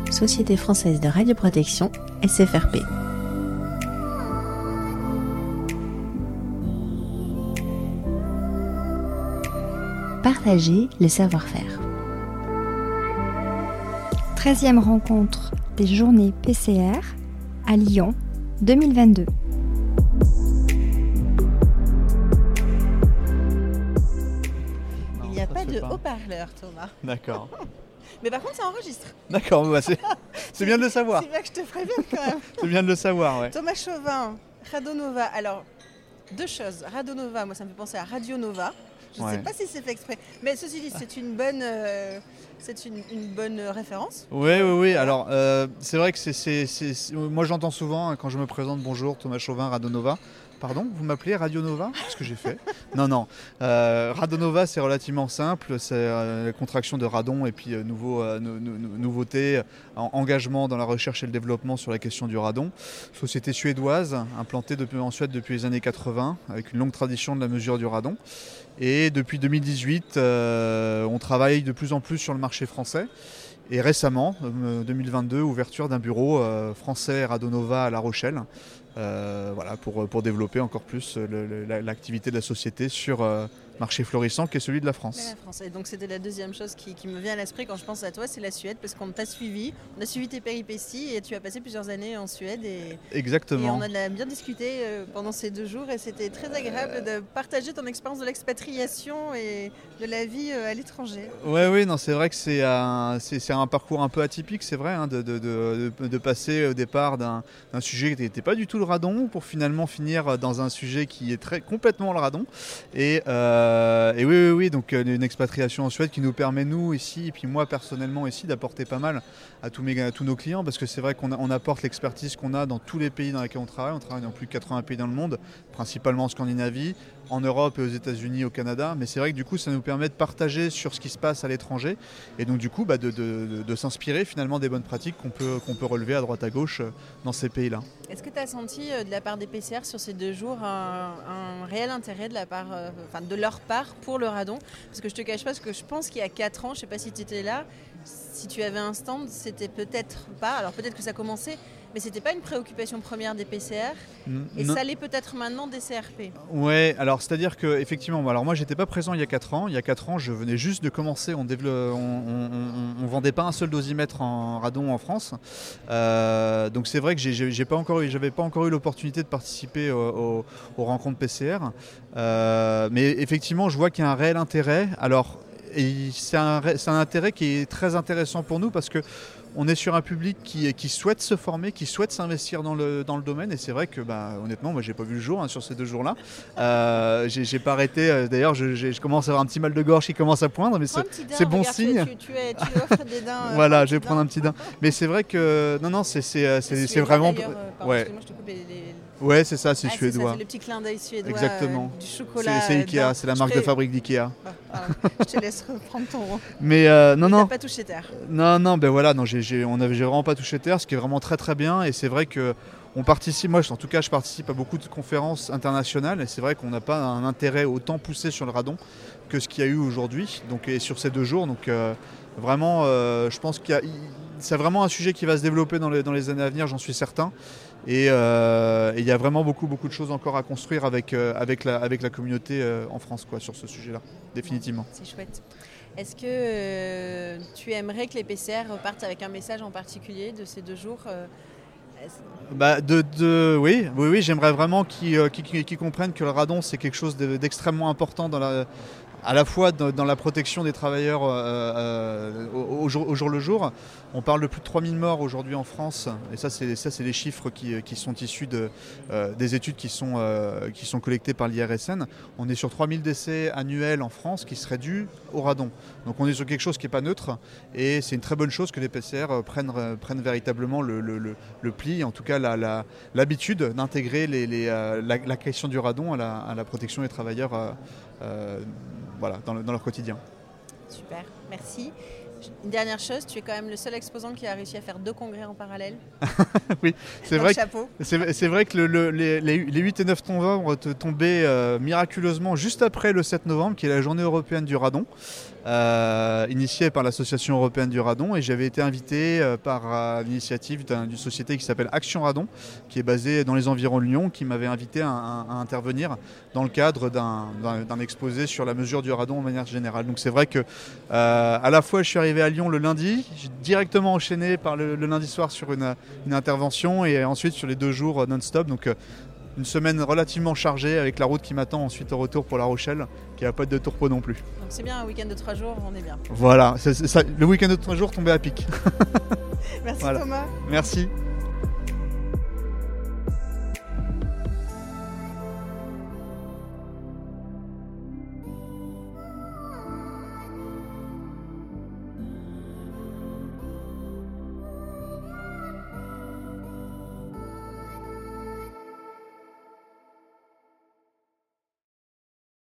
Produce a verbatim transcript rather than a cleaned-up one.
Société française de radioprotection, S F R P. Partager le savoir-faire. treizième rencontre des journées P C R à Lyon deux mille vingt-deux. Il n'y a pas de haut-parleur, Thomas. D'accord. Mais par contre, ça enregistre. D'accord, bah c'est, c'est bien de le savoir. C'est bien que je te prévienne quand même. C'est bien de le savoir, ouais. Thomas Chauvin, Radonova. Alors, deux choses. Radonova, moi ça me fait penser à Radio Nova. Je ne Ouais. sais pas si c'est fait exprès. Mais ceci dit, c'est une bonne, euh, c'est une, une bonne référence. Oui, oui, oui. Alors, euh, c'est vrai que c'est, c'est, c'est, c'est- moi j'entends souvent hein, quand je me présente, bonjour, Thomas Chauvin, Radonova. Pardon, vous m'appelez Radio Nova ? Qu'est-ce que j'ai fait ? Non, non. Euh, Radonova, c'est relativement simple. C'est euh, la contraction de radon et puis euh, nouveau, euh, nou- nou- nou- nouveauté, en- engagement dans la recherche et le développement sur la question du radon. Société suédoise, implantée depuis, en Suède depuis les années quatre-vingts, avec une longue tradition de la mesure du radon. Et depuis deux mille dix-huit, euh, on travaille de plus en plus sur le marché français. Et récemment, euh, deux mille vingt-deux, ouverture d'un bureau euh, français Radonova à La Rochelle, euh, voilà, pour, pour développer encore plus le- le- la- l'activité de la société sur euh, marché florissant qui est celui de la Mais France. la France. Et donc c'était la deuxième chose qui, qui me vient à l'esprit quand je pense à toi, c'est la Suède, parce qu'on t'a suivi, on a suivi tes péripéties et tu as passé plusieurs années en Suède et, et Exactement. on a bien discuté euh, pendant ces deux jours et c'était très agréable de partager ton expérience de l'expatriation et de la vie euh, à l'étranger. Oui, oui, non, c'est vrai que c'est un, c'est, c'est un parcours un peu atypique, c'est vrai, hein, de, de, de, de- de passer au départ d'un, d'un sujet qui n'était pas du tout le radon pour finalement finir dans un sujet qui est très complètement le radon. Et, euh, et oui, oui, oui, donc euh, une expatriation en Suède qui nous permet, nous, ici, et puis moi personnellement ici, d'apporter pas mal à tous, mes, à tous nos clients, parce que c'est vrai qu'on a- on apporte l'expertise qu'on a dans tous les pays dans lesquels on travaille. On travaille dans plus de quatre-vingts pays dans le monde, principalement en Scandinavie, en Europe et aux États-Unis, au Canada. Mais c'est vrai que du coup, ça nous permet de partager sur ce qui se passe à l'étranger et donc du coup bah, de, de- de- de s'inspirer finalement des bonnes pratiques qu'on peut, qu'on peut relever à droite à gauche euh, dans ces pays-là. Est-ce que tu as senti euh, de la part des P C R sur ces deux jours un, un réel intérêt de, la part, euh, enfin, de leur part pour le radon ? Parce que je te cache pas, parce que je pense qu'il y a quatre ans, je ne sais pas si tu étais là, si tu avais un stand, c'était peut-être pas, alors peut-être que ça commençait, mais c'était pas une préoccupation première des P C R et Non. ça l'est peut-être maintenant des C R P. Ouais, alors c'est-à-dire que effectivement, alors moi j'étais pas présent il y a quatre ans. Il y a quatre ans, je venais juste de commencer. On développe, on, on, on- on vendait pas un seul dosimètre en radon en France. Euh, donc c'est vrai que j'ai, j'ai, j'ai pas encore, eu- j'avais pas encore eu l'opportunité de participer au- au- aux rencontres P C R. Euh, mais effectivement, je vois qu'il y a un réel intérêt. Alors et c'est un, ré- c'est un intérêt qui est très intéressant pour nous parce que on est sur un public qui, qui souhaite se former, qui souhaite s'investir dans le, dans le domaine. Et c'est vrai que, bah, honnêtement, moi, j'ai pas vu le jour hein, sur ces deux jours-là. Euh, j'ai, j'ai pas arrêté. euh, D'ailleurs, je, j'ai- je commence à avoir un petit mal de gorge qui commence à poindre, mais Prends c'est, un petit daim, c'est bon regarde, tu- signe. Tu, tu, es- tu offres des daims. euh, Voilà, prends un je vais petit prendre daim. un petit daim. Mais c'est vrai que, non, non, c'est, c'est, euh, c'est, c'est Suédois, vraiment. d'ailleurs, euh, pardon, Ouais. excuse-moi, je te coupe les- les- Ouais, c'est ça, c'est Ah, suédois. ça, c'est le petit clin d'œil suédois. Exactement. euh, du C'est, chocolat. c'est euh, Ikea, dedans. c'est la Je marque de ferai- fabrique d'Ikea. Ah, pardon, je te laisse reprendre ton. Mais euh, non, Mais non. T'as pas touché terre. Non, non, ben voilà, non, j'ai, j'ai, on avait, j'ai vraiment pas touché terre, ce qui est vraiment très très bien. Et c'est vrai que on participe, moi en tout cas, je participe à beaucoup de conférences internationales. Et c'est vrai qu'on n'a pas un intérêt autant poussé sur le radon que ce qu'il y a eu aujourd'hui, donc et sur ces deux jours. Donc euh, vraiment, euh, je pense qu'il y a, il- c'est vraiment un sujet qui va se développer dans les, dans les années à venir, j'en suis certain. Et euh, et il y a vraiment beaucoup beaucoup de choses encore à construire avec euh, avec la avec la communauté euh, en France quoi sur ce sujet-là, définitivement. C'est chouette. Est-ce que euh, tu aimerais que les P C R repartent avec un message en particulier de ces deux jours euh, est-ce- Bah de, de, oui, oui, oui, j'aimerais vraiment qu'ils, euh, qu'ils- qu'ils- qu'ils comprennent que le radon c'est quelque chose de- d'extrêmement important dans la, à la fois dans, dans la protection des travailleurs euh, euh, au, au jour, au jour le jour. On parle de plus de trois mille morts aujourd'hui en France, et ça c'est, ça, c'est les chiffres qui, qui sont issus de, euh, des études qui sont, euh, qui sont collectées par l'I R S N. On est sur trois mille décès annuels en France qui seraient dus au radon. Donc on est sur quelque chose qui n'est pas neutre, et c'est une très bonne chose que les P C R prennent, prennent véritablement le, le, le, le pli, en tout cas la, la, l'habitude d'intégrer les, les, euh, la, la question du radon à la, à la protection des travailleurs euh, euh, voilà, dans, le, dans leur quotidien. Super, merci. Une dernière chose, tu es quand même le seul exposant qui a réussi à faire deux congrès en parallèle. Oui, c'est Donc, vrai, que, chapeau. c'est, c'est vrai que le, le, les, les huit et neuf novembre sont tombés euh, miraculeusement juste après le sept novembre, qui est la journée européenne du radon. euh, initié par l'Association européenne du radon, et j'avais été invité euh, par euh, l'initiative d'une société qui s'appelle Action Radon, qui est basée dans les environs de Lyon, qui m'avait invité à, à, à intervenir dans le cadre d'un, d'un, d'un exposé sur la mesure du radon de manière générale. Donc c'est vrai que euh, à la fois je suis arrivé à Lyon le lundi, j'ai directement enchaîné par le, le lundi soir sur une, une intervention, et ensuite sur les deux jours non-stop. Donc euh, une semaine relativement chargée avec la route qui m'attend ensuite au retour pour La Rochelle, qui n'a pas de tourpeau non plus. Donc c'est bien, un week-end de trois jours, on est bien. Voilà, c'est, c'est ça, le week-end de trois jours tombé à pic. Merci voilà. Thomas. Merci.